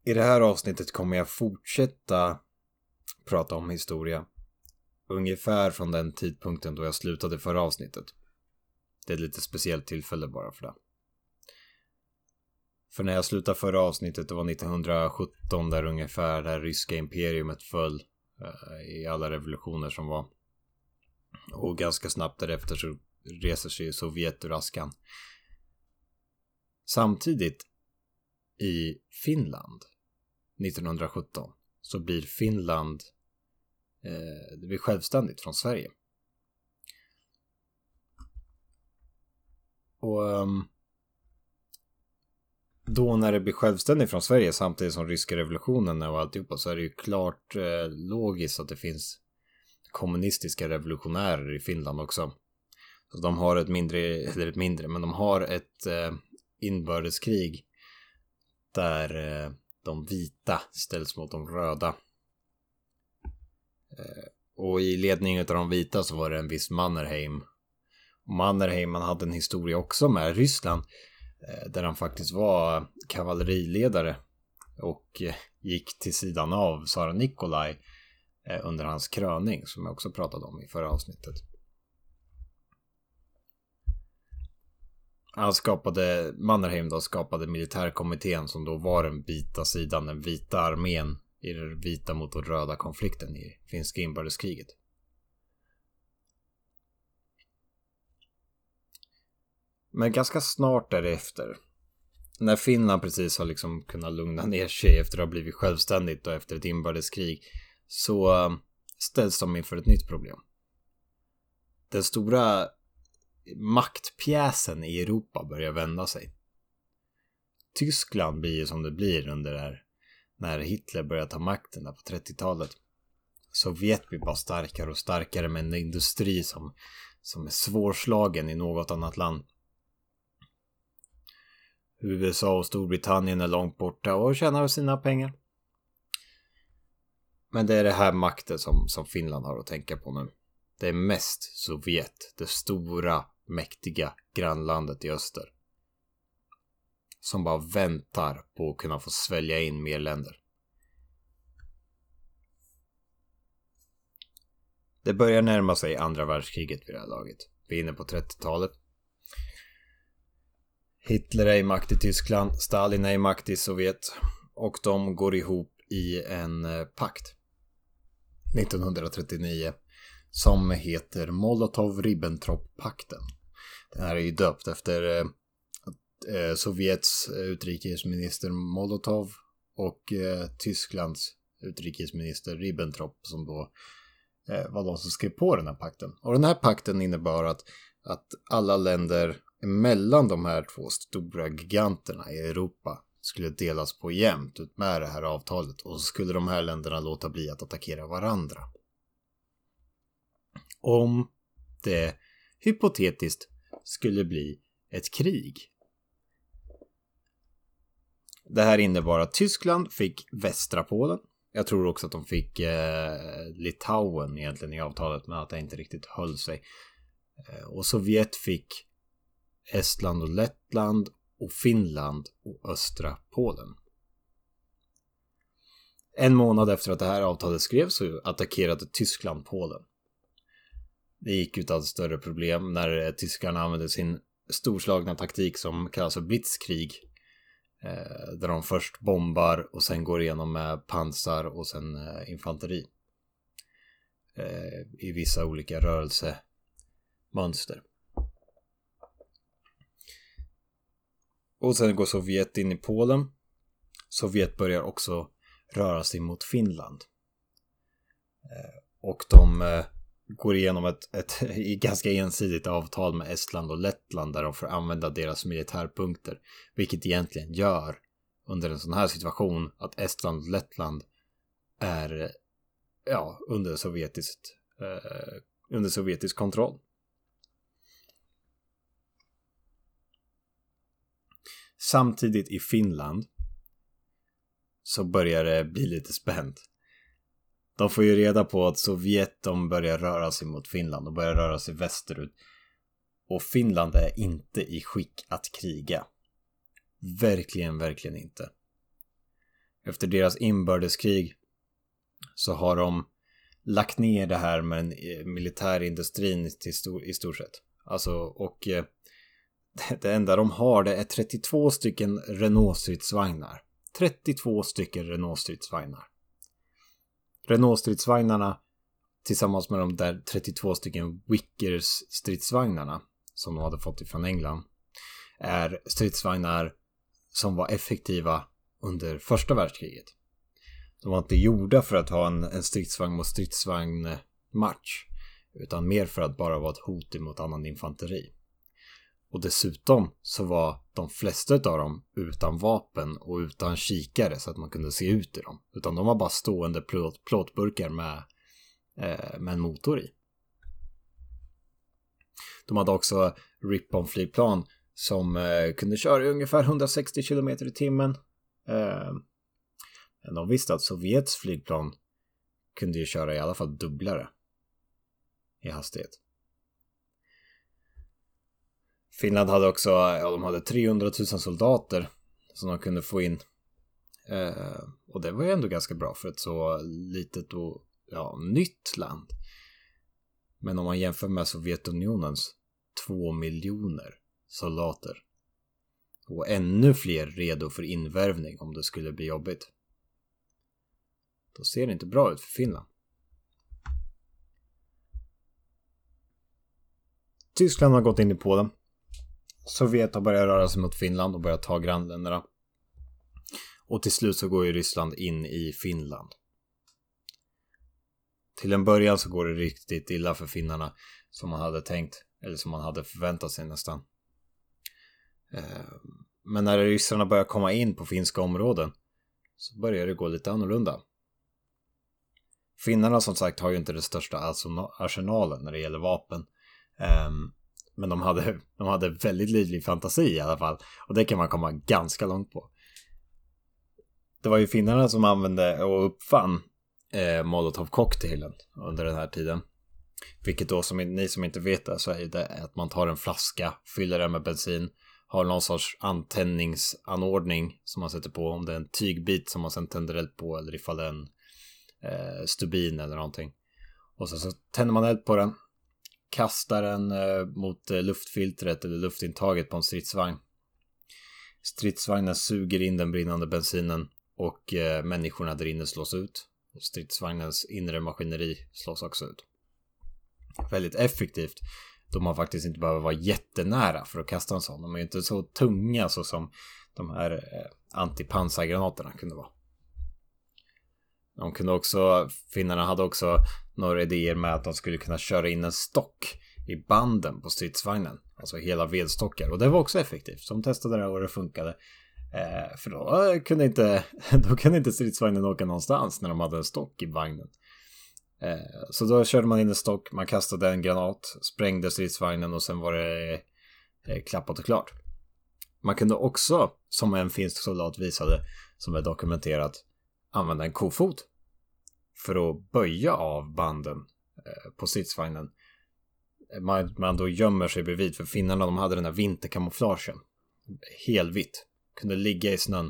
I det här avsnittet kommer jag fortsätta prata om historia. Ungefär från den tidpunkten då jag slutade förra avsnittet. Det är ett lite speciellt tillfälle bara för det. För när jag slutade förra avsnittet, det var 1917 där ungefär det ryska imperiumet föll i alla revolutioner som var. Och ganska snabbt därefter så reser sig Sovjet ur askan. Samtidigt i Finland 1917 så blir Finland det blir självständigt från Sverige. Och då när det blir självständigt från Sverige samtidigt som ryska revolutionen och alltihopa, så är det ju klart logiskt att det finns kommunistiska revolutionärer i Finland också. Så de har men de har ett inbördeskrig där de vita ställs mot de röda. Och i ledning av de vita så var det en viss Mannerheim. Och Mannerheim, man hade en historia också med Ryssland där han faktiskt var kavalleriledare och gick till sidan av Tsar Nikolaj under hans kröning, som jag också pratade om i förra avsnittet. Mannerheim skapade militärkommittén som då var den vita sidan, den vita armén i den vita mot den röda konflikten i finska inbördeskriget. Men ganska snart därefter, när Finland precis har liksom kunnat lugna ner sig efter att ha blivit självständigt och efter ett inbördeskrig, så ställs de inför ett nytt problem. Den stora maktpjäsen i Europa börjar vända sig. Tyskland blir ju som det blir under det här, när Hitler börjar ta makten där på 30-talet. Sovjet blir bara starkare och starkare med en industri som är svårslagen i något annat land. USA och Storbritannien är långt borta och tjänar sina pengar. Men det är det här makten som Finland har att tänka på nu. Det är mest Sovjet, det stora, mäktiga grannlandet i öster, som bara väntar på att kunna få svälja in mer länder. Det börjar närma sig andra världskriget vid det här laget. Vi är inne på 30-talet. Hitler är i makt i Tyskland, Stalin är i makt i Sovjet, och de går ihop i en pakt 1939 som heter Molotov-Ribbentrop-pakten. Den här är ju döpt efter Sovjets utrikesminister Molotov och Tysklands utrikesminister Ribbentrop, som då var de som skrev på den här pakten. Och den här pakten innebar att alla länder mellan de här två stora giganterna i Europa skulle delas på jämnt ut med det här avtalet, och så skulle de här länderna låta bli att attackera varandra. Om det hypotetiskt skulle bli ett krig. Det här innebar att Tyskland fick västra Polen. Jag tror också att de fick Litauen egentligen i avtalet, men att det inte riktigt höll sig. Och Sovjet fick Estland och Lettland och Finland och östra Polen. En månad efter att det här avtalet skrevs så attackerade Tyskland Polen. Det gick utan större problem när tyskarna använde sin storslagna taktik som kallas för blitzkrig. Där de först bombar och sen går igenom med pansar och sen infanteri. I vissa olika rörelsemönster. Och sen går Sovjet in i Polen. Sovjet börjar också röra sig mot Finland. Och de går igenom ett ganska ensidigt avtal med Estland och Lettland där de får använda deras militärpunkter. Vilket egentligen gör under en sån här situation att Estland och Lettland är under sovjetisk kontroll. Samtidigt i Finland så börjar det bli lite spänt. De får ju reda på att Sovjet, de börjar röra sig mot Finland och börjar röra sig västerut. Och Finland är inte i skick att kriga. Verkligen inte. efter deras inbördeskrig så har de lagt ner det här med den militärindustrin i stort sett. Alltså, och det enda de har, det är 32 stycken Renault-stridsvagnar. 32 stycken Renault-stridsvagnar. Renault-stridsvagnarna tillsammans med de där 32 stycken Vickers-stridsvagnarna som de hade fått ifrån England är stridsvagnar som var effektiva under första världskriget. De var inte gjorda för att ha en stridsvagn mot stridsvagn match, utan mer för att bara vara ett hot emot annan infanteri. Och dessutom så var de flesta av dem utan vapen och utan kikare så att man kunde se ut i dem. Utan de var bara stående plåtburkar med en motor i. De hade också Ripon-flygplan som kunde köra i ungefär 160 km i timmen. De visste att Sovjets flygplan kunde ju köra i alla fall dubblare i hastighet. Finland hade också, de hade 300 000 soldater som de kunde få in. Och det var ju ändå ganska bra för ett så litet och nytt land. Men om man jämför med Sovjetunionens 2 miljoner soldater och ännu fler redo för invärvning om det skulle bli jobbigt, då ser det inte bra ut för Finland. Tyskland har gått in i Polen. Sovjet har börjat röra sig mot Finland och börjat ta grannländerna. Och till slut så går ju Ryssland in i Finland. Till en början så går det riktigt illa för finnarna, som man hade tänkt, eller som man hade förväntat sig nästan. Men när ryssarna börjar komma in på finska områden så börjar det gå lite annorlunda. Finnarna som sagt har ju inte det största arsenalen när det gäller vapen. Men de hade väldigt livlig fantasi i alla fall. Och det kan man komma ganska långt på. Det var ju finnarna som använde och uppfann Molotov-cocktailen under den här tiden. Vilket då, som ni som inte vet det, så är det att man tar en flaska, fyller den med bensin, har någon sorts antändningsanordning som man sätter på, om det är en tygbit som man sen tänder eld på, eller ifall det är en stubin eller någonting. Och så tänder man eld på den, kastar den mot luftfiltret eller luftintaget på en stridsvagn. Stridsvagnen suger in den brinnande bensinen och människorna där inne slås ut. Och stridsvagnens inre maskineri slås också ut. Väldigt effektivt, då man faktiskt inte behöver vara jättenära för att kasta en sån. De är ju inte så tunga så som de här antipansargranaterna kunde vara. Finnarna hade också några idéer med att de skulle kunna köra in en stock i banden på stridsvagnen. Alltså hela vedstockar. Och det var också effektivt. Så de testade det och det funkade. För då kunde inte stridsvagnen åka någonstans när de hade en stock i vagnen. Så då körde man in en stock, man kastade en granat, sprängde stridsvagnen och sen var det klappat och klart. Man kunde också, som en finsk soldat visade, som är dokumenterat, använda en kofot för att böja av banden på stridsvagnen. Man då gömmer sig bredvid, för finnarna, de hade den här vinterkamouflagen helvitt, kunde ligga i snön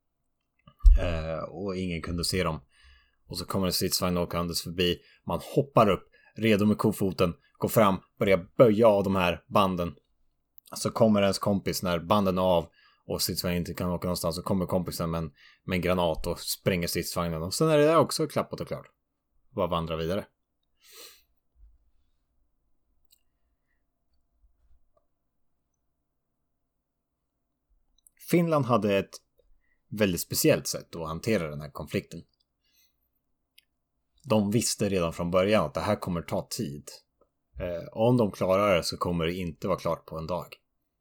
och ingen kunde se dem. Och så kommer en stridsvagn åkandes förbi, man hoppar upp redo med kofoten, går fram, börjar böja av de här banden. Så kommer ens kompis när banden är av och stridsvagnen inte kan åka någonstans, så kommer kompisen med en granat och spränger stridsvagnen. Och sen är det där också klappat och klart. Bara vandra vidare. Finland hade ett väldigt speciellt sätt att hantera den här konflikten. De visste redan från början att det här kommer ta tid. Om de klarar det så kommer det inte vara klart på en dag.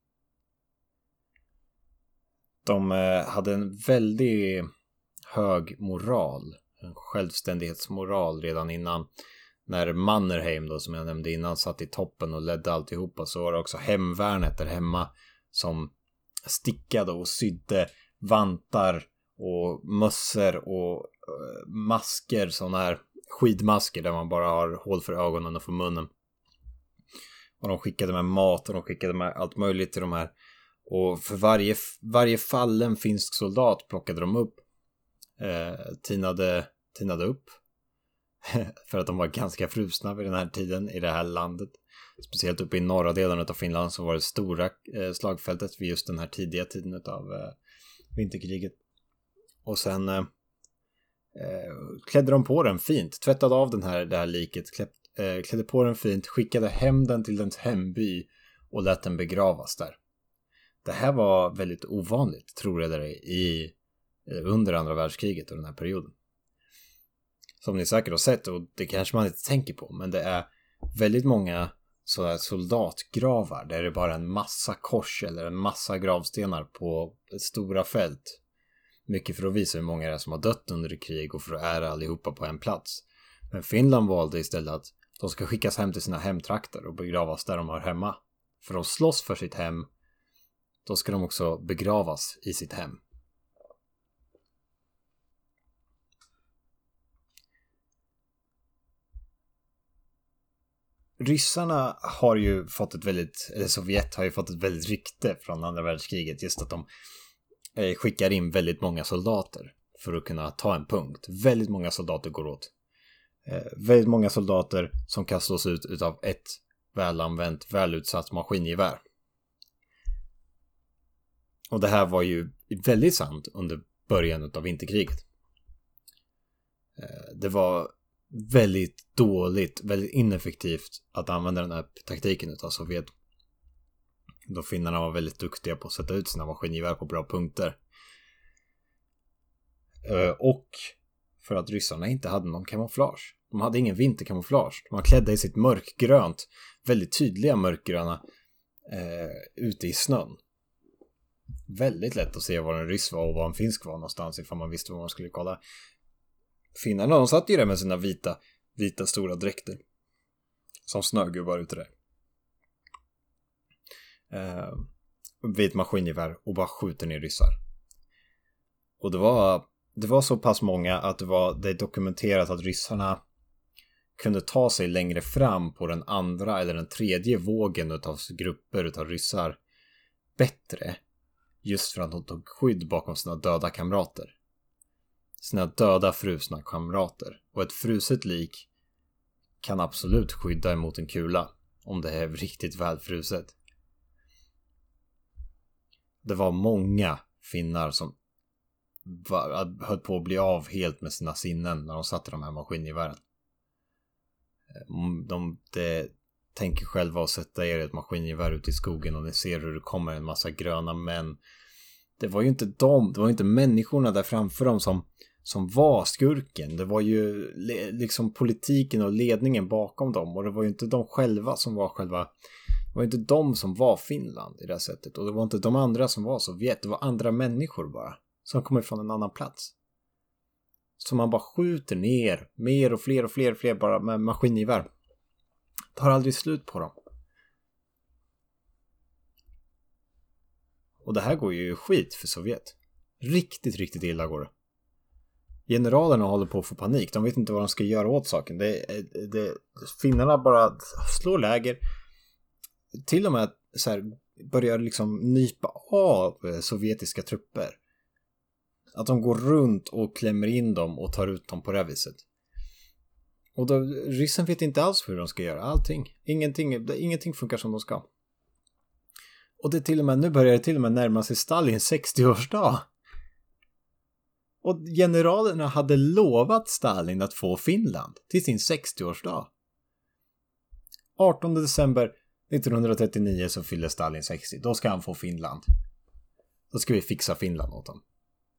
De hade en väldigt hög moral, en självständighetsmoral redan innan. När Mannerheim då, som jag nämnde innan, satt i toppen och ledde alltihopa, så var det också hemvärnet där hemma som stickade och sydde vantar och mössor och masker, sådana här skidmasker där man bara har hål för ögonen och för munnen. Och de skickade med mat och de skickade med allt möjligt till de här. Och för varje fallen finsk soldat plockade de upp tinade upp. För att de var ganska frusna vid den här tiden i det här landet. Speciellt uppe i norra delen av Finland så var det stora slagfältet vid just den här tidiga tiden av vinterkriget. Och sen klädde de på den fint, tvättade av det här liket, klädde på den fint, skickade hem den till dens hemby och lät den begravas där. Det här var väldigt ovanligt, tror jag det under andra världskriget och den här perioden. Som ni säkert har sett, och det kanske man inte tänker på, men det är väldigt många sådana soldatgravar där det bara är en massa kors eller en massa gravstenar på stora fält. Mycket för att visa hur många det är som har dött under krig och för att ära allihopa på en plats. Men Finland valde istället att de ska skickas hem till sina hemtrakter och begravas där de har hemma. För att slåss för sitt hem, då ska de också begravas i sitt hem. Ryssarna har ju fått Sovjet har ju fått ett väldigt rykte från andra världskriget, just att de skickar in väldigt många soldater för att kunna ta en punkt. Väldigt många soldater går åt. Väldigt många soldater som kan slås ut utav ett välanvänt, välutsatt maskingevär. Och det här var ju väldigt sant under början av vinterkriget. Det var väldigt dåligt, väldigt ineffektivt att använda den här taktiken utav Sovjet. Då finnarna var väldigt duktiga på att sätta ut sina maskingevär på bra punkter. Och för att ryssarna inte hade någon kamouflage. De hade ingen vinterkamouflage. De var klädda i sitt mörkgrönt, väldigt tydliga mörkgröna ute i snön. Väldigt lätt att se var en ryss var och var en finsk var någonstans ifall man visste vad man skulle kolla. Finnarna, de satt ju där med sina vita stora dräkter. Som snögubbar ute där. Vit maskingevär och bara skjuter ner ryssar. Och det var så pass många att det är dokumenterat att ryssarna kunde ta sig längre fram på den andra eller den tredje vågen utav grupper utav ryssar bättre, just för att de tog skydd bakom sina döda kamrater. Sina döda frusna kamrater. Och ett fruset lik kan absolut skydda emot en kula om det är riktigt väl fruset. Det var många finnar som höll på att bli av helt med sina sinnen när de satt i de här maskingevären. De tänker själva att sätta er ett maskingevär ute i skogen och ni ser hur det kommer en massa gröna män. Det var ju inte det var inte människorna där framför dem som var skurken. Det var ju liksom politiken och ledningen bakom dem, och det var ju inte de själva som var det var inte de som var Finland i det här sättet, och det var inte de andra som var Sovjet, det var andra människor bara som kommer från en annan plats. Så man bara skjuter ner mer och fler bara med maskingevär. Tar aldrig slut på dem. Och det här går ju skit för Sovjet. Riktigt illa går det. Generalerna håller på att få panik. De vet inte vad de ska göra åt saken. Finnarna bara slår läger. Till och med så här, börjar liksom nypa av sovjetiska trupper. Att de går runt och klämmer in dem och tar ut dem på det här viset. Och då, ryssen vet inte alls hur de ska göra allting. Ingenting funkar som de ska. Och nu börjar det till och med närma sig Stalins 60-årsdag. Och generalerna hade lovat Stalin att få Finland till sin 60-årsdag. 18 december 1939 så fyller Stalin 60. Då ska han få Finland. Då ska vi fixa Finland åt honom.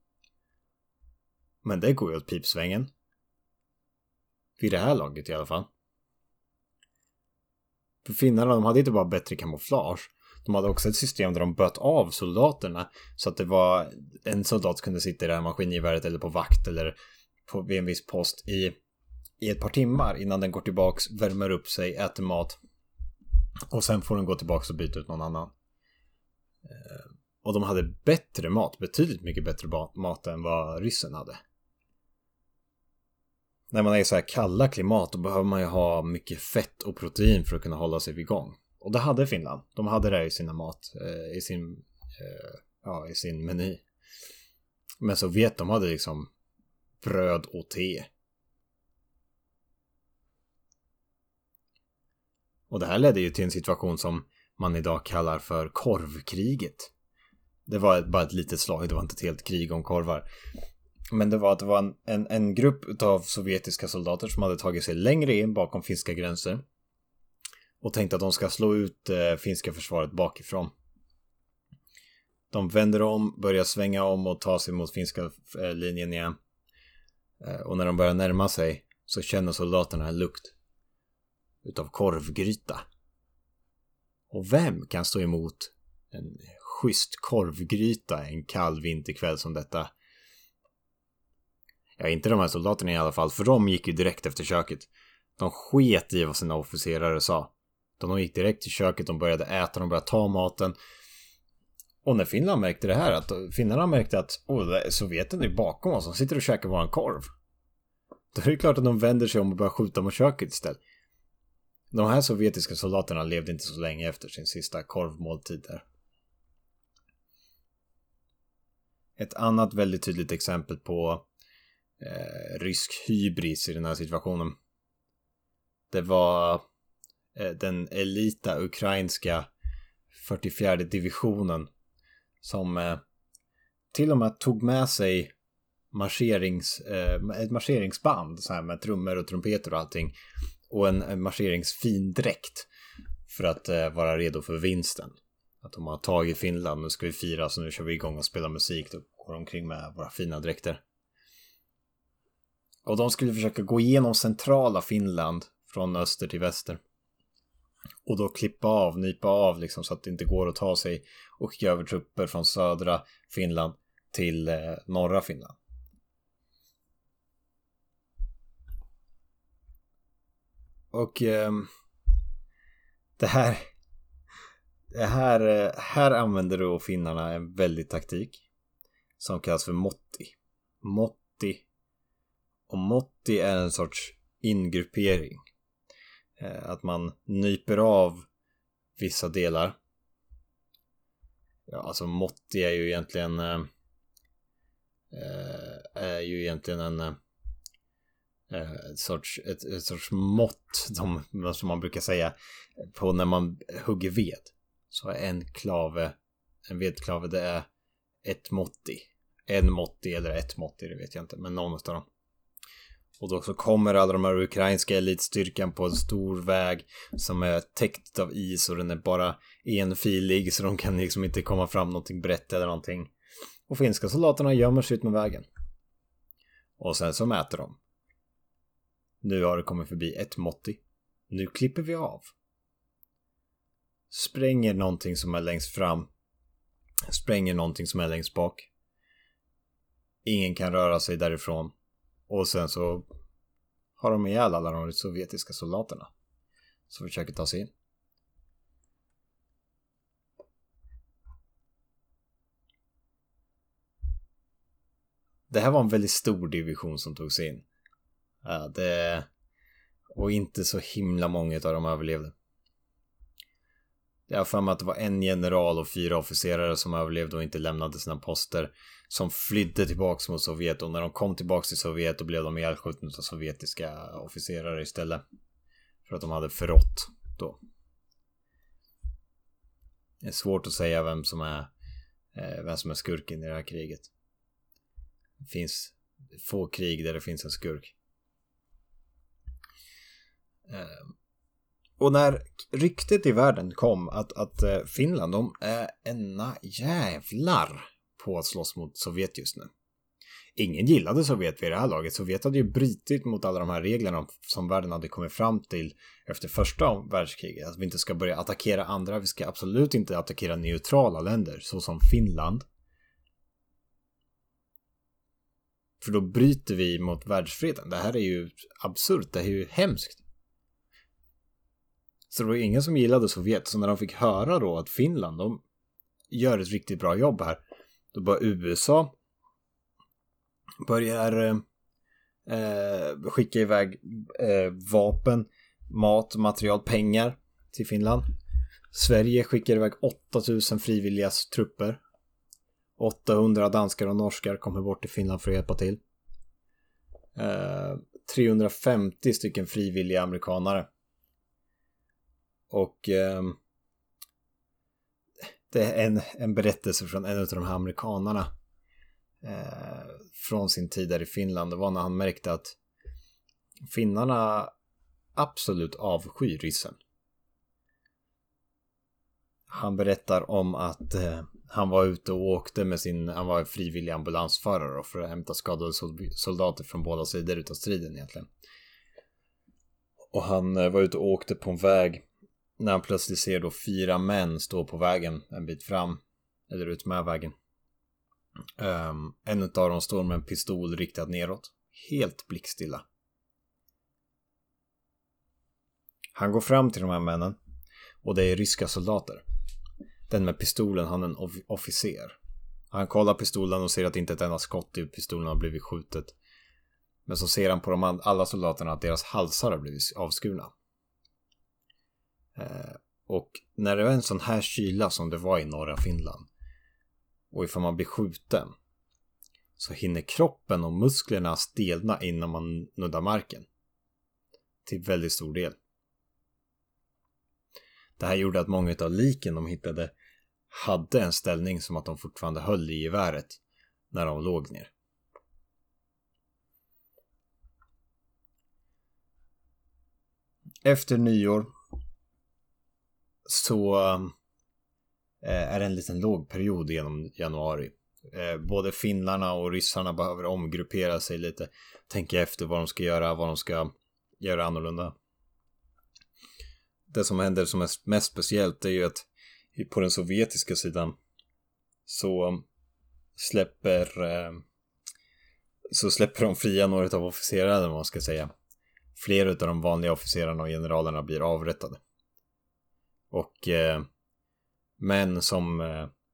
Men det går ju åt pipsvängen. Vid det här laget i alla fall. För finnarna, de hade inte bara bättre kamouflage. De hade också ett system där de böt av soldaterna. Så att det var en soldat kunde sitta i det här maskingeväret eller på vakt eller vid en viss post i ett par timmar innan den går tillbaks, värmer upp sig, äter mat. Och sen får den gå tillbaks och byta ut någon annan. Och de hade bättre mat, betydligt mycket bättre mat än vad ryssen hade. När man är i så här kalla klimat, då behöver man ju ha mycket fett och protein för att kunna hålla sig vid gång. Och det hade Finland. De hade det i sina mat, i sin meny. Men Sovjet, de hade liksom bröd och te. Och det här ledde ju till en situation som man idag kallar för korvkriget. Det var bara ett litet slag, det var inte ett helt krig om korvar. Men det var en grupp av sovjetiska soldater som hade tagit sig längre in bakom finska gränser och tänkte att de ska slå ut finska försvaret bakifrån. De vänder om, börjar svänga om och ta sig mot finska linjen igen. Och när de börjar närma sig så känner soldaterna en lukt utav korvgryta. Och vem kan stå emot en schysst korvgryta en kall vinterkväll som detta? Ja, inte de här soldaterna i alla fall, för de gick ju direkt efter köket. De sket i vad sina officerare sa. De gick direkt till köket, de började äta, de började ta maten. Och när Finland märkte det här, att finnarna märkte att Sovjeten är bakom oss, de sitter och käkar våran korv. Då är det klart att de vänder sig om och börjar skjuta mot köket istället. De här sovjetiska soldaterna levde inte så länge efter sin sista korvmåltid där. Ett annat väldigt tydligt exempel på rysk hybris i den här situationen. Det var den elita ukrainska 44:e divisionen som till och med tog med sig ett marscheringsband så här med trummor och trumpeter och allting och en marscheringsfindräkt för att vara redo för vinsten. Att de har tagit Finland, nu ska vi fira, så nu kör vi igång och spelar musik, då går de omkring med våra fina dräkter. Och de skulle försöka gå igenom centrala Finland från öster till väster. Och då nypa av liksom, så att det inte går att ta sig och skicka över trupper från södra Finland till norra Finland. Och här använder då finnarna en väldig taktik som kallas för motti. Motti är en sorts ingruppering. Att man nyper av vissa delar. Ja, alltså motti är ju egentligen ett sorts mått som man brukar säga på när man hugger ved. Så en vedklave, det är ett motti. En motti eller ett motti, det vet jag inte, men någon av dem. Och då så kommer alla de här ukrainska elitstyrkan på en stor väg som är täckt av is och den är bara enfilig, så de kan liksom inte komma fram någonting brett eller någonting. Och finska soldaterna gömmer sig ut med vägen. Och sen så mäter de. Nu har det kommit förbi ett motti. Nu klipper vi av. Spränger någonting som är längst fram. Spränger någonting som är längst bak. Ingen kan röra sig därifrån. Och sen så har de ihjäl alla de sovjetiska soldaterna som försöker ta sig in. Det här var en väldigt stor division som tog sig in. Och inte så himla många av dem överlevde. Jag har för mig att det var en general och 4 officerare som överlevde och inte lämnade sina poster, som flydde tillbaks mot Sovjet, och när de kom tillbaks till Sovjet då blev de ihjälskjutna av sovjetiska officerare istället, för att de hade förrått då. Det är svårt att säga vem som är skurken i det här kriget. Det finns få krig där det finns en skurk. Och när ryktet i världen kom att Finland, de är ena jävlar på att slåss mot Sovjet just nu. Ingen gillade Sovjet vid det här laget. Sovjet hade ju brytit mot alla de här reglerna som världen hade kommit fram till efter första världskriget. Att vi inte ska börja attackera andra. Vi ska absolut inte attackera neutrala länder såsom Finland. För då bryter vi mot världsfreden. Det här är ju absurt. Det är ju hemskt. Så det var ingen som gillade Sovjet. Så när de fick höra då att Finland, de gör ett riktigt bra jobb här, då börjar USA skicka iväg vapen, mat, material, pengar till Finland. Sverige skickar iväg 8000 frivilliga trupper. 800 danskar och norskar kommer bort till Finland för att hjälpa till. 350 stycken frivilliga amerikanare. Och det är en berättelse från en av de här amerikanarna från sin tid där i Finland. Det var när han märkte att finnarna absolut avskyr ryssen. Han berättar om att han var ute och åkte med han var frivillig ambulansförare för att hämta skadade soldater från båda sidor utav striden egentligen. Och han var ute och åkte på en väg när han plötsligt ser då 4 män stå på vägen en bit fram, eller ut med vägen. En av dem står med en pistol riktad neråt, helt blickstilla. Han går fram till de här männen, och det är ryska soldater. Den med pistolen, han är en officer. Han kollar pistolen och ser att inte ett enda skott i pistolen har blivit skjutet. Men så ser han på alla soldaterna att deras halsar har blivit avskurna. Och när det är en sån här kyla som det var i norra Finland, och ifall man blir skjuten, så hinner kroppen och musklerna stelna innan man nuddar marken. Till väldigt stor del. Det här gjorde att många av liken de hittade hade en ställning som att de fortfarande höll i geväret när de låg ner. Efter nyår så är det en liten låg period genom januari. Både finnarna och ryssarna behöver omgruppera sig lite. Tänka efter vad de ska göra annorlunda. Det som händer som är mest speciellt är ju att på den sovjetiska sidan så släpper de fria några av officerarna, man ska säga. Flera av de vanliga officerarna och generalerna blir avrättade. Och män som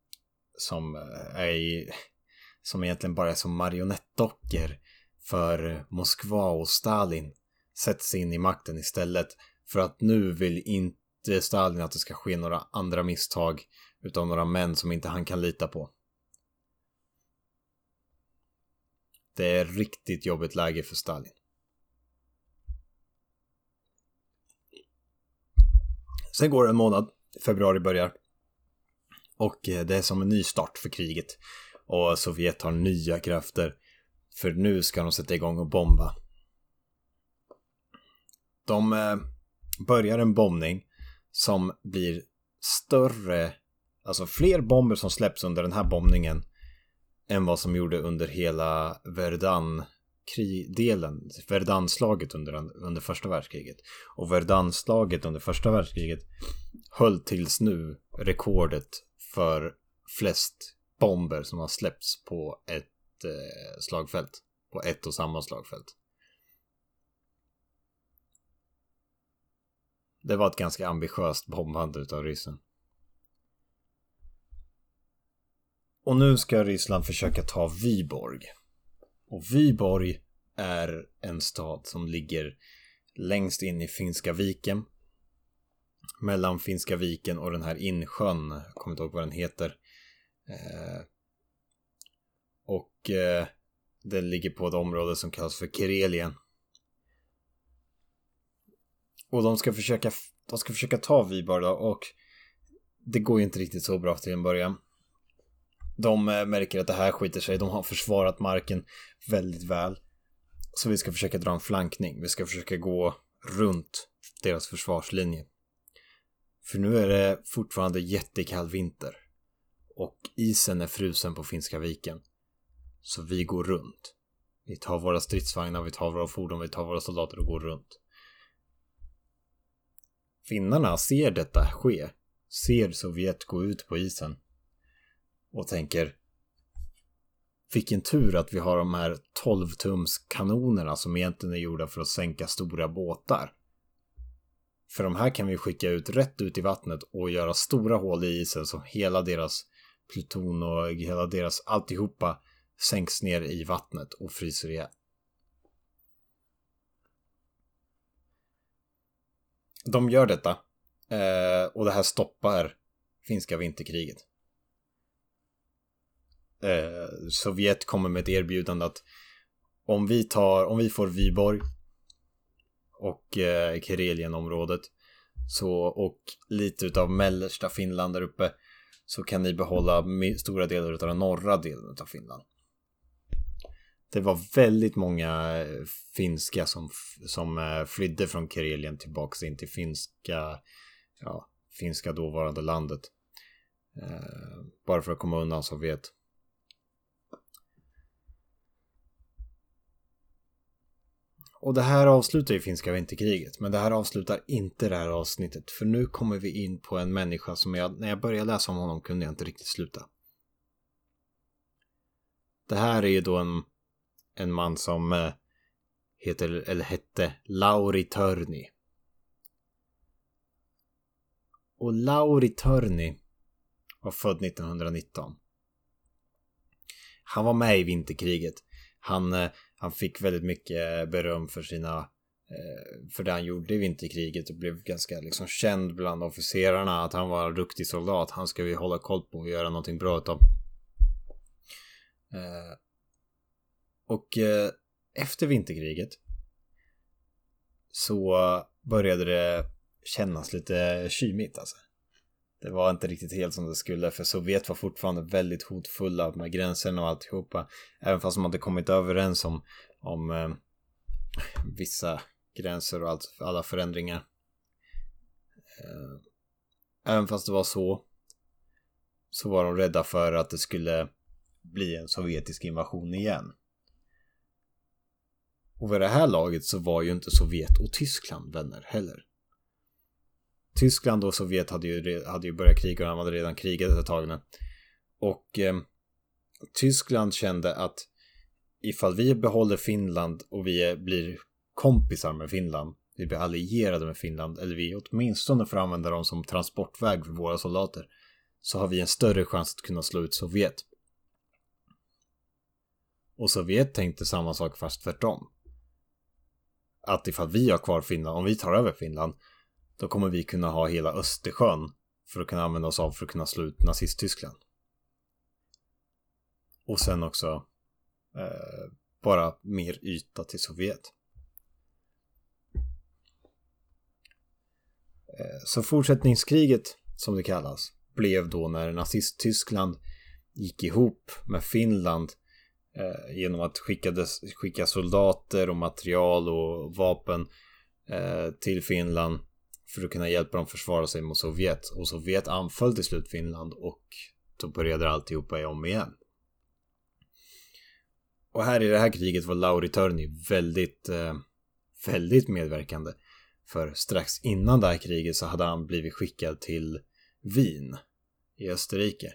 egentligen bara är som marionettdockor för Moskva och Stalin sätts in i makten istället, för att nu vill inte Stalin att det ska ske några andra misstag utan några män som inte han kan lita på. Det är riktigt jobbigt läge för Stalin. Sen går det en månad, februari börjar, och det är som en ny start för kriget. Och Sovjet har nya krafter, för nu ska de sätta igång och bomba. De börjar en bombning som blir större, alltså fler bomber som släpps under den här bombningen än vad som gjorde under hela Verdun-slaget under första världskriget. Och Verdun-slaget under första världskriget höll tills nu rekordet för flest bomber som har släppts på ett slagfält, på ett och samma slagfält. Det var ett ganska ambitiöst bombande utav ryssen. Och nu ska Ryssland försöka ta Vyborg. Och Vyborg är en stad som ligger längst in i Finska viken. Mellan Finska viken och den här insjön. Jag kommer inte ihåg vad den heter. Den ligger på ett område som kallas för Karelien. Och de ska försöka ta Vyborg då, och det går ju inte riktigt så bra till en början. De märker att det här skiter sig. De har försvarat marken väldigt väl. Så vi ska försöka dra en flankning. Vi ska försöka gå runt deras försvarslinje. För nu är det fortfarande jättekall vinter. Och isen är frusen på Finska viken. Så vi går runt. Vi tar våra stridsvagnar, vi tar våra fordon, vi tar våra soldater och går runt. Finnarna ser detta ske. Ser Sovjet gå ut på isen. Och tänker, vilken tur att vi har de här 12-tums kanonerna som egentligen är gjorda för att sänka stora båtar. För de här kan vi skicka ut rätt ut i vattnet och göra stora hål i isen så hela deras pluton och hela deras alltihopa sänks ner i vattnet och fryser ihjäl. De gör detta och det här stoppar finska vinterkriget. Sovjet kommer med ett erbjudande att om vi får Vyborg och Karelienområdet och lite utav mellersta Finland där uppe, så kan ni behålla stora delar av den norra delen av Finland. Det var väldigt många finska som flydde från Karelien tillbaka in till finska dåvarande landet. Bara för att komma undan Sovjet. Och det här avslutar ju finska vinterkriget. Men det här avslutar inte det här avsnittet. För nu kommer vi in på en människa som när jag började läsa om honom kunde jag inte riktigt sluta. Det här är ju då en man som hette Lauri Törni. Och Lauri Törni var född 1919. Han var med i vinterkriget. Han fick väldigt mycket beröm för det han gjorde i vinterkriget och blev ganska liksom känd bland officerarna att han var en duktig soldat. Han ska vi hålla koll på och göra någonting bra utav. Efter vinterkriget så började det kännas lite kymigt alltså. Det var inte riktigt helt som det skulle, för Sovjet var fortfarande väldigt hotfulla med gränserna och alltihopa. Även fast de hade kommit överens om vissa gränser och alla förändringar. Även fast det var så var de rädda för att det skulle bli en sovjetisk invasion igen. Och vid det här laget så var ju inte Sovjet och Tyskland vänner heller. Tyskland och Sovjet hade ju börjat kriga och de hade redan krigat ett tag nu. Och Tyskland kände att ifall vi behåller Finland och vi blir kompisar med Finland, vi blir allierade med Finland, eller vi åtminstone får använda dem som transportväg för våra soldater, så har vi en större chans att kunna slå ut Sovjet. Och Sovjet tänkte samma sak fast tvärtom. Att ifall vi har kvar Finland, om vi tar över Finland, då kommer vi kunna ha hela Östersjön för att kunna använda oss av för att kunna slå ut nazist-Tyskland. Och sen också bara mer yta till Sovjet. Så fortsättningskriget, som det kallas, blev då när nazist-Tyskland gick ihop med Finland genom att skicka soldater och material och vapen till Finland för att kunna hjälpa dem försvara sig mot Sovjet. Och Sovjet anföll till slut Finland och då började alltihopa om igen. Och här i det här kriget var Lauri Törni väldigt medverkande. För strax innan det här kriget så hade han blivit skickad till Wien i Österrike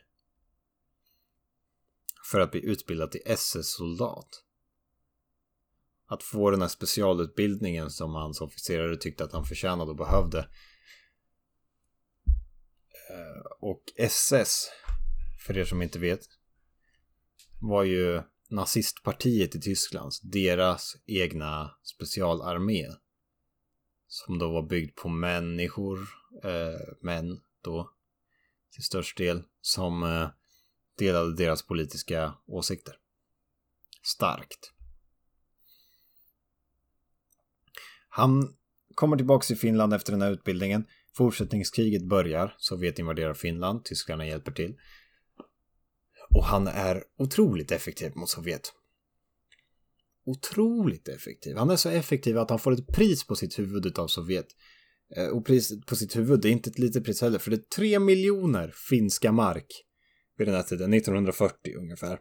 för att bli utbildad till SS-soldat. Att få den här specialutbildningen som hans officerare tyckte att han förtjänade och behövde. Och SS, för er som inte vet, var ju nazistpartiet i Tyskland, deras egna specialarmé, som då var byggd på män då till störst del, som delade deras politiska åsikter starkt. Han kommer tillbaka till Finland efter den här utbildningen. Fortsättningskriget börjar. Sovjet invaderar Finland. Tyskarna hjälper till. Och han är otroligt effektiv mot Sovjet. Otroligt effektiv. Han är så effektiv att han får ett pris på sitt huvud utav Sovjet. Och priset på sitt huvud, det är inte ett litet pris heller. För det är 3 miljoner finska mark vid den här tiden. 1940 ungefär.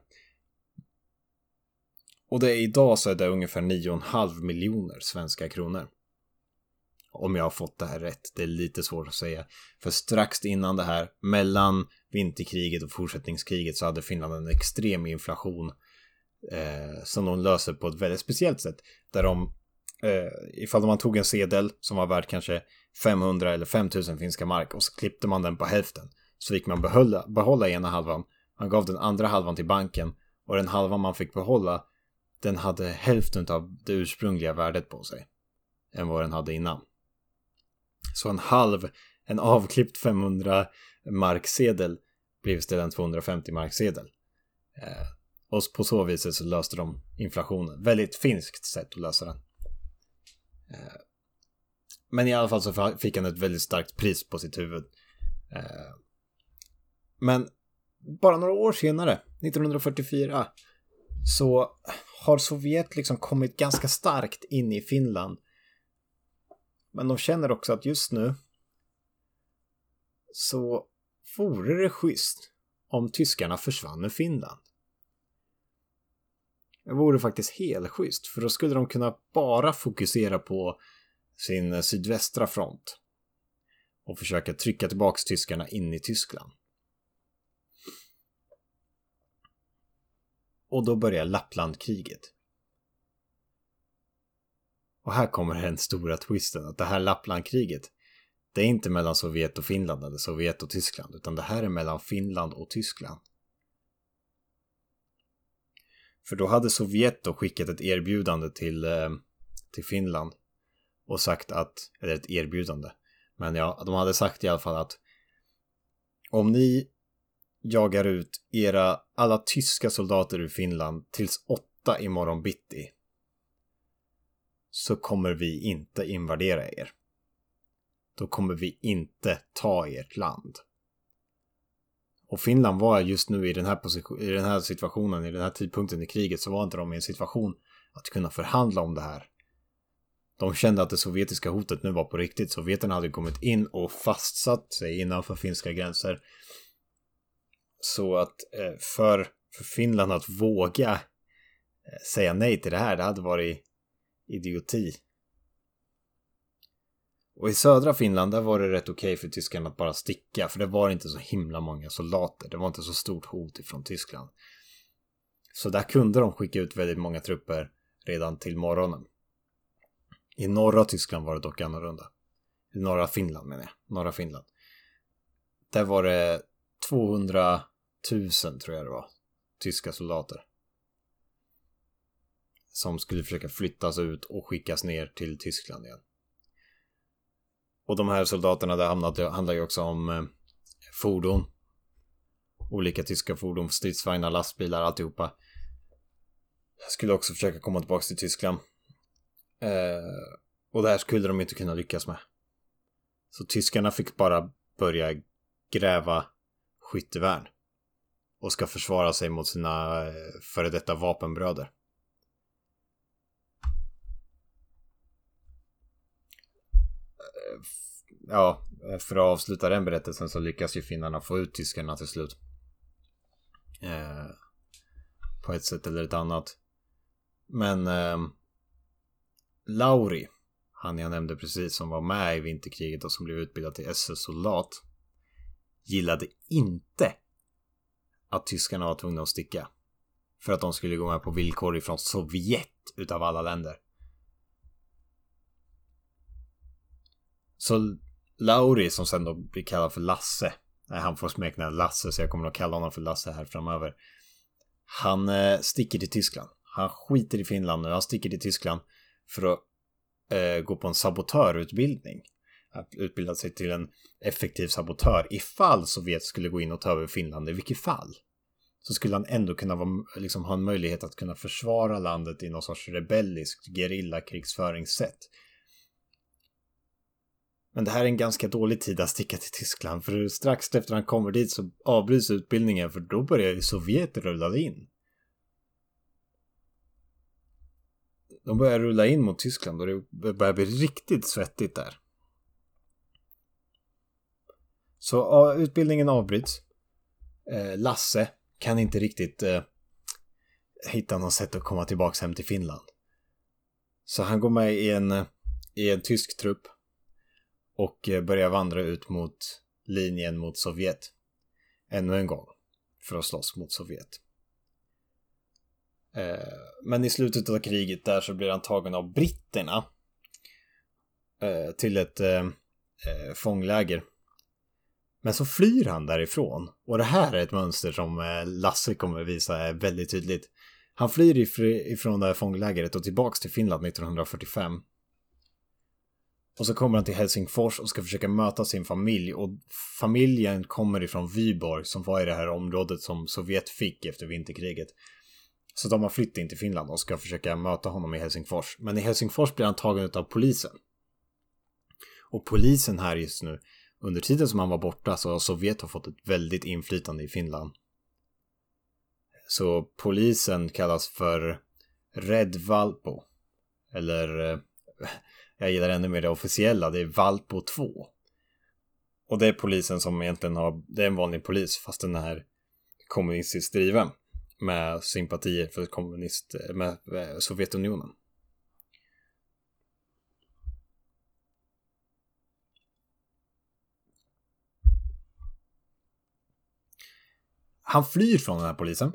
Och det är idag så är det ungefär 9,5 miljoner svenska kronor. Om jag har fått det här rätt. Det är lite svårt att säga. För strax innan det här, mellan vinterkriget och fortsättningskriget, så hade Finland en extrem inflation som de löser på ett väldigt speciellt sätt. Där ifall man tog en sedel som var värd kanske 500 eller 5000 finska mark och så klippte man den på hälften, så fick man behålla ena halvan. Man gav den andra halvan till banken och den halvan man fick behålla, den hade hälften av det ursprungliga värdet på sig än vad den hade innan. Så en avklippt 500 marksedel blev istället en 250 marksedel. Och på så viset så löste de inflationen. Väldigt finskt sätt att lösa den. Men i alla fall så fick han ett väldigt starkt pris på sitt huvud. Men bara några år senare, 1944, så har Sovjet liksom kommit ganska starkt in i Finland. Men de känner också att just nu så vore det schysst om tyskarna försvann ur Finland. Det vore faktiskt helt schysst, för då skulle de kunna bara fokusera på sin sydvästra front och försöka trycka tillbaka tyskarna in i Tyskland. Och då börjar Lapplandkriget. Och här kommer den stora twisten, att det här Lapplandkriget, det är inte mellan Sovjet och Finland eller Sovjet och Tyskland, utan det här är mellan Finland och Tyskland. För då hade Sovjet då skickat ett erbjudande till Finland och sagt att, eller ett erbjudande, men ja, de hade sagt i alla fall att om ni jagar ut alla tyska soldater ur Finland tills 8 imorgon bitti, så kommer vi inte invadera er. Då kommer vi inte ta ert land. Och Finland var just nu i den här situationen, i den här tidpunkten i kriget, så var inte de i en situation att kunna förhandla om det här. De kände att det sovjetiska hotet nu var på riktigt. Sovjeterna hade kommit in och fastsatt sig innanför finska gränser. Så att för Finland att våga säga nej till det här, det hade varit idioti. Och i södra Finland, där var det rätt okej för tyskarna att bara sticka, för det var inte så himla många soldater. Det var inte så stort hot ifrån Tyskland. Så där kunde de skicka ut väldigt många trupper redan till morgonen. I norra Tyskland var det dock annorlunda. I norra Finland menar jag. Norra Finland. Där var det 200 000 tror jag det var. Tyska soldater. Som skulle försöka flyttas ut och skickas ner till Tyskland igen. Och de här soldaterna där handlar ju också om fordon. Olika tyska fordon, stridsvagnar, lastbilar, alltihopa. Skulle också försöka komma tillbaka till Tyskland. Och det här skulle de inte kunna lyckas med. Så tyskarna fick bara börja gräva skyttevärn. Och ska försvara sig mot sina före detta vapenbröder. Ja, för att avsluta den berättelsen så lyckas ju finnarna få ut tyskarna till slut. På ett sätt eller ett annat. Men Lauri, han jag nämnde precis, som var med i vinterkriget och som blev utbildad till SS-soldat, gillade inte att tyskarna var tvungna att sticka. För att de skulle gå med på villkor ifrån Sovjet utav alla länder. Så Lauri, som sen då blir kallad för Lasse, han får smeknamnet Lasse, så jag kommer att kalla honom för Lasse här framöver. Han sticker till Tyskland. Han skiter i Finland nu. Han sticker till Tyskland för att gå på en sabotörutbildning. Att utbilda sig till en effektiv sabotör. Ifall Sovjet skulle gå in och ta över Finland, i vilket fall, så skulle han ändå kunna ha en möjlighet att kunna försvara landet i någon sorts rebelliskt gerillakrigsföringssätt. Men det här är en ganska dålig tid att sticka till Tyskland, för strax efter han kommer dit så avbryts utbildningen, för då börjar ju Sovjet rulla in. De börjar rulla in mot Tyskland och det börjar bli riktigt svettigt där. Så utbildningen avbryts. Lasse kan inte riktigt hitta något sätt att komma tillbaka hem till Finland. Så han går med i en tysk trupp och börjar vandra ut mot linjen mot Sovjet. Ännu en gång. För att slåss mot Sovjet. Men i slutet av kriget där så blir han tagen av britterna. Till ett fångläger. Men så flyr han därifrån. Och det här är ett mönster som Lasse kommer visa är väldigt tydligt. Han flyr ifrån det här fånglägret och tillbaks till Finland 1945. Och så kommer han till Helsingfors och ska försöka möta sin familj. Och familjen kommer ifrån Vyborg, som var i det här området som Sovjet fick efter vinterkriget. Så de har flyttat in till Finland och ska försöka möta honom i Helsingfors. Men i Helsingfors blir han tagen av polisen. Och polisen här just nu, under tiden som han var borta, så har Sovjet har fått ett väldigt inflytande i Finland. Så polisen kallas för Red Valpo. Eller, jag gillar ännu mer det officiella, det är Valpo 2. Och det är polisen som egentligen har, det är en vanlig polis fast den är kommunistiskt driven. Med sympatier för med Sovjetunionen. Han flyr från den här polisen.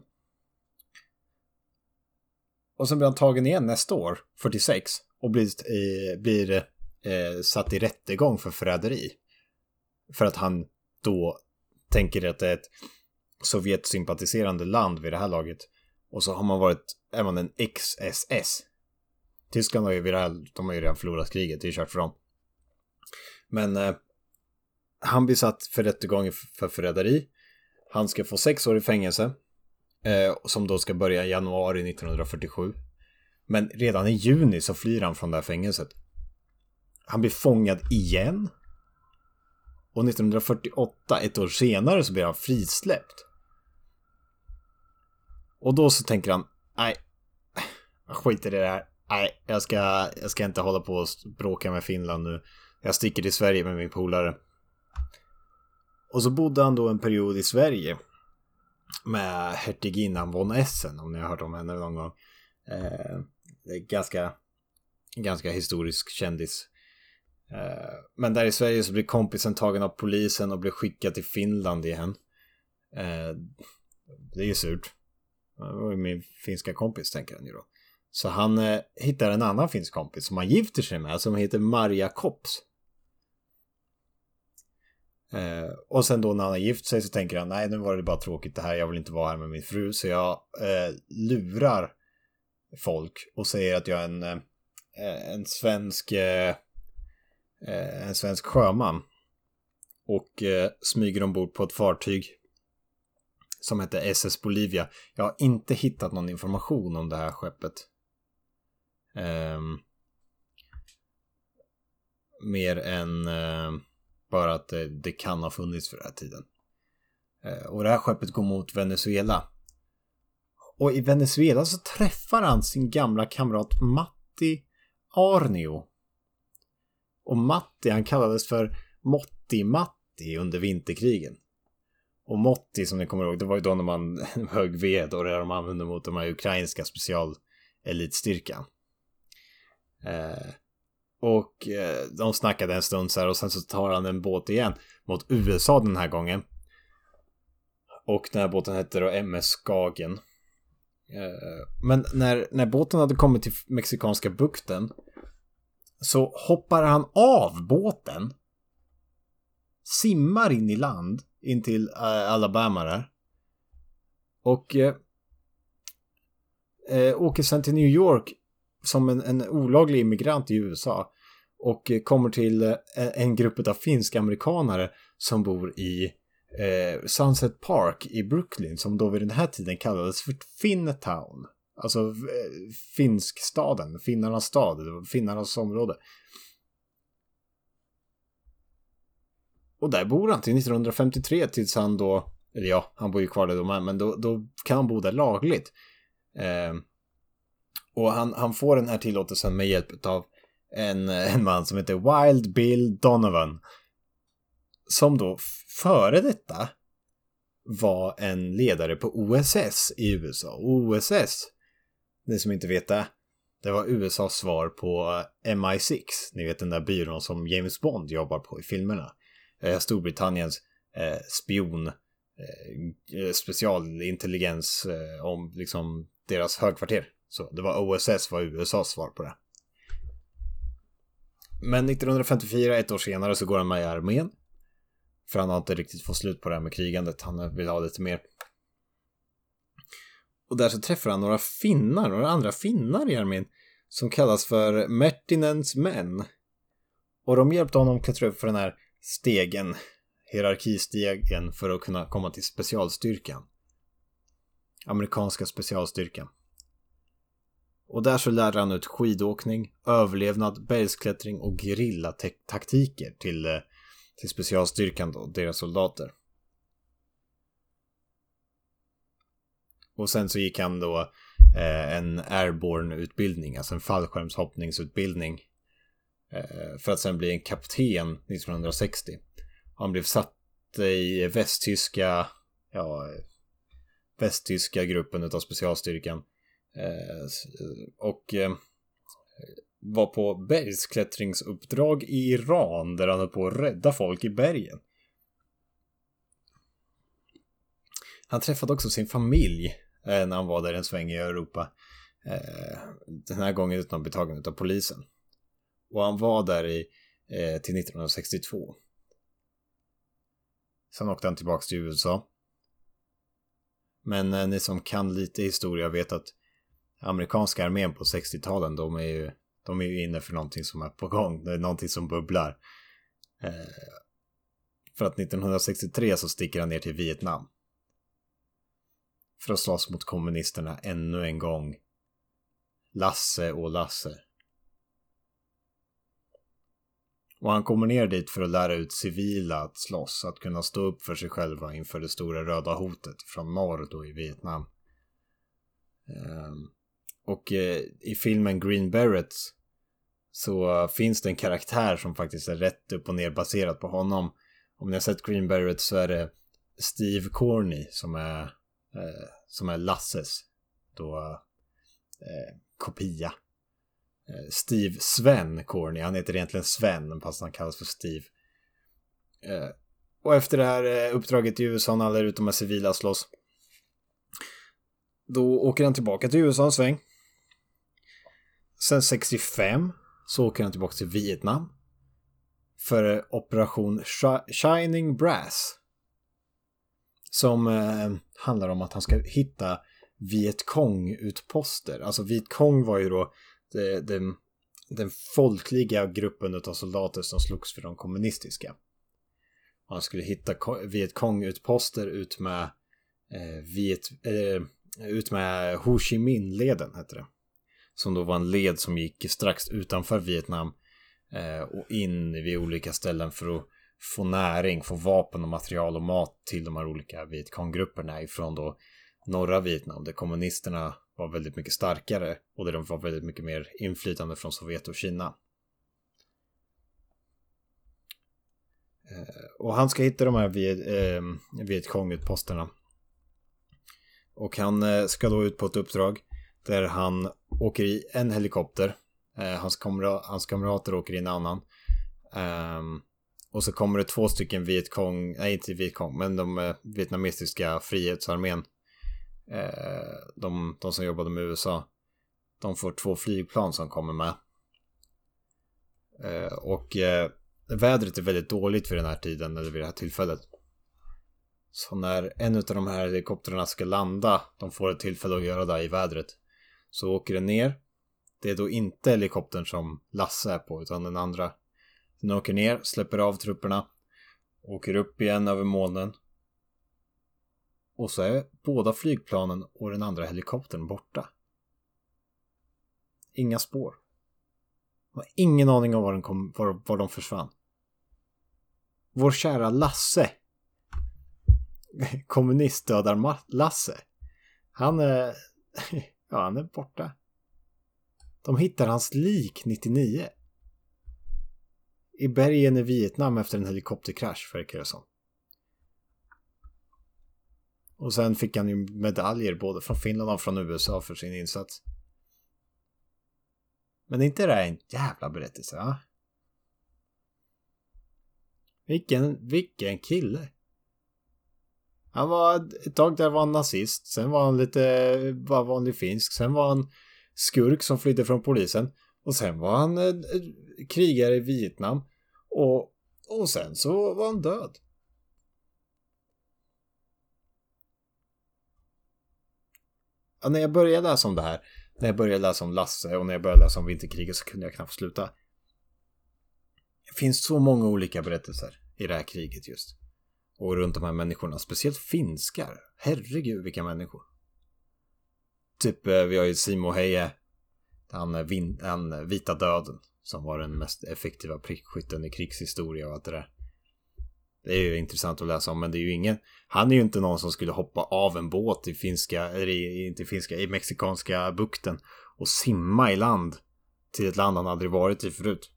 Och sen blir han tagen igen nästa år, 46. Och blir satt i rättegång för förräderi. För att han då tänker att det är ett Sovjet-sympatiserande land vid det här laget. Och så har man är man en ex-SS. Tyskland har ju de har ju redan förlorat kriget, det är kört för dem. Men han blir satt för rättegång för förräderi. Han ska få 6 år i fängelse. Som då ska börja i januari 1947. Men redan i juni så flyr han från det här fängelset. Han blir fångad igen. Och 1948, ett år senare, så blir han frisläppt. Och då så tänker han, nej, skit i det där. Nej, jag ska inte hålla på och bråka med Finland nu. Jag sticker till Sverige med min polare. Och så bodde han då en period i Sverige med hertiginnan von Essen, om ni har hört om henne någon gång. Det är ganska historisk kändis. Men där i Sverige så blir kompisen tagen av polisen och blir skickad till Finland igen. Det är ju surt. Det var ju min finska kompis, tänker han ju då. Så han hittar en annan finsk kompis som han gifter sig med, som heter Maria Kops. Och sen då när han har gift sig så tänker han, nej, nu var det bara tråkigt det här, jag vill inte vara här med min fru, så jag lurar folk och säger att jag är en svensk sjöman och smyger ombord på ett fartyg som heter SS Bolivia. Jag har inte hittat någon information om det här skeppet. Mer än bara att det kan ha funnits för den här tiden. Och det här skeppet går mot Venezuela. Och i Venezuela så träffar han sin gamla kamrat Matti Arnio. Och Matti, han kallades för Matti under vinterkrigen. Och Motti, som ni kommer ihåg, det var ju då när man högg ved och det de använde mot de här ukrainska specialelitstyrkan. Och de snackade en stund så här, och sen så tar han en båt igen mot USA den här gången. Och den här båten heter då MS Skagen. Men när båten hade kommit till Mexikanska bukten så hoppar han av båten, simmar in i land in till Alabama där, och åker sen till New York som en olaglig immigrant i USA och kommer till en grupp av finsk-amerikanare som bor i Sunset Park i Brooklyn, som då vid den här tiden kallades för Finntown. Alltså finskstaden, finnarnas stad, finnarnas område. Och där bor han till 1953 tills han då, eller ja, han bor ju kvar där då, men då kan han bo där lagligt. Och han får den här tillåtelsen med hjälp av en man som heter Wild Bill Donovan, som då före detta var en ledare på OSS i USA. OSS, ni som inte vet det var USAs svar på MI6. Ni vet den där byrån som James Bond jobbar på i filmerna. Storbritanniens spion, specialintelligens om liksom deras högkvarter. Så det var OSS var USAs svar på det. Men 1954, ett år senare, så går han med i armén. För han har inte riktigt fått slut på det här med krigandet. Han vill ha lite mer. Och där så träffar han några andra finnar i armén som kallas för Mertinens män. Och de hjälpte honom klättra upp för den här stegen, hierarkistegen, för att kunna komma till specialstyrkan. Amerikanska specialstyrkan. Och där så lärde han ut skidåkning, överlevnad, bergsklättring och taktiker till specialstyrkan då, deras soldater. Och sen så gick han då en airborne-utbildning, alltså en fallskärmshoppningsutbildning, för att sen bli en kapten 1960. Han blev satt i västtyska gruppen utav specialstyrkan och var på bergsklättringsuppdrag i Iran där han höll på att rädda folk i bergen. Han träffade också sin familj när han var där en sväng i Europa. Den här gången utan betagen av polisen. Och han var där till 1962. Sen åkte han tillbaka till USA. Men ni som kan lite historia vet att amerikanska armén på 60-talen, de är ju inne för någonting som är på gång. Det är någonting som bubblar. För att 1963 så sticker han ner till Vietnam. För att slåss mot kommunisterna ännu en gång. Lasse och Lasse. Och han kommer ner dit för att lära ut civila att slåss. Att kunna stå upp för sig själva inför det stora röda hotet från norr då i Vietnam. Och i filmen Green Berets så finns det en karaktär som faktiskt är rätt upp och ner baserat på honom. Om ni har sett Green Berets så är det Steve Corney som är Lasses då kopia. Steve Sven Corney, han heter egentligen Sven fast han kallas för Steve. Och efter det här uppdraget i USA när alla utom de civila slåss, då åker han tillbaka till USA en sväng. Sen 65 så åker han tillbaka till Vietnam för operation Shining Brass, som handlar om att han ska hitta Vietcong-utposter. Alltså Vietcong var ju då den folkliga gruppen av soldater som slogs för de kommunistiska. Han skulle hitta Vietcong-utposter ut med Ho Chi Minh-leden heter det. Som då var en led som gick strax utanför Vietnam och in vid olika ställen för att få näring, få vapen och material och mat till de här olika Vietcong-grupperna ifrån då norra Vietnam, där kommunisterna var väldigt mycket starkare och där de var väldigt mycket mer inflytande från Sovjet och Kina. Och han ska hitta de här Vietcong-utposterna. Och han ska då ut på ett uppdrag där han åker i en helikopter. Hans kamrater åker i en annan. Och så kommer det 2 stycken Vietcong, nej inte Vietcong, men de vietnamesiska frihetsarmén. De som jobbade med USA. De får 2 flygplan som kommer med. Och vädret är väldigt dåligt vid den här tiden, eller vid det här tillfället. Så när en av de här helikoptrarna ska landa, de får ett tillfälle att göra det i vädret, så åker den ner. Det är då inte helikoptern som Lasse är på, utan den andra. Den åker ner, släpper av trupperna, åker upp igen över molnen. Och så är båda flygplanen och den andra helikoptern borta. Inga spår. Man har ingen aning om var de försvann. Vår kära Lasse, kommunistdödar Lasse, han är borta. De hittar hans lik 99 i bergen i Vietnam efter en helikopterkrasch, verkar det som. Och sen fick han ju medaljer både från Finland och från USA för sin insats. Men inte det här en jävla berättelse, va? Vilken kille. Han var ett tag där var han nazist. Sen var han var vanlig finsk. Sen var han skurk som flydde från polisen. Och sen var han krigare i Vietnam. Och sen så var han död. Ja, när jag började läsa om det här, när jag började läsa om Lasse och när jag började läsa om vinterkriget, så kunde jag knappt sluta. Det finns så många olika berättelser i det här kriget just. Och runt de här människorna, speciellt finskar. Herregud, vilka människor. Typ, vi har ju Simo Heie Han Vita döden som var den mest effektiva prickskytten i krigshistoria och allt det där. Det är ju intressant att läsa om, men det är ju han är ju inte någon som skulle hoppa av en båt i mexikanska bukten och simma i land till ett land han aldrig varit i förut.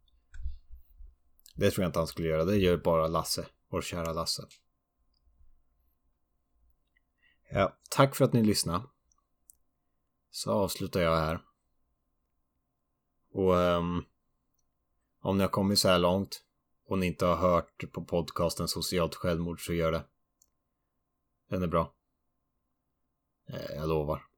Det tror jag inte han skulle göra. Det gör bara Lasse, vår kära Lasse. Ja, tack för att ni lyssnade. Så avslutar jag här. Och om ni har kommit så här långt och ni inte har hört på podcasten Socialt självmord, så gör det. Den är bra. Jag lovar.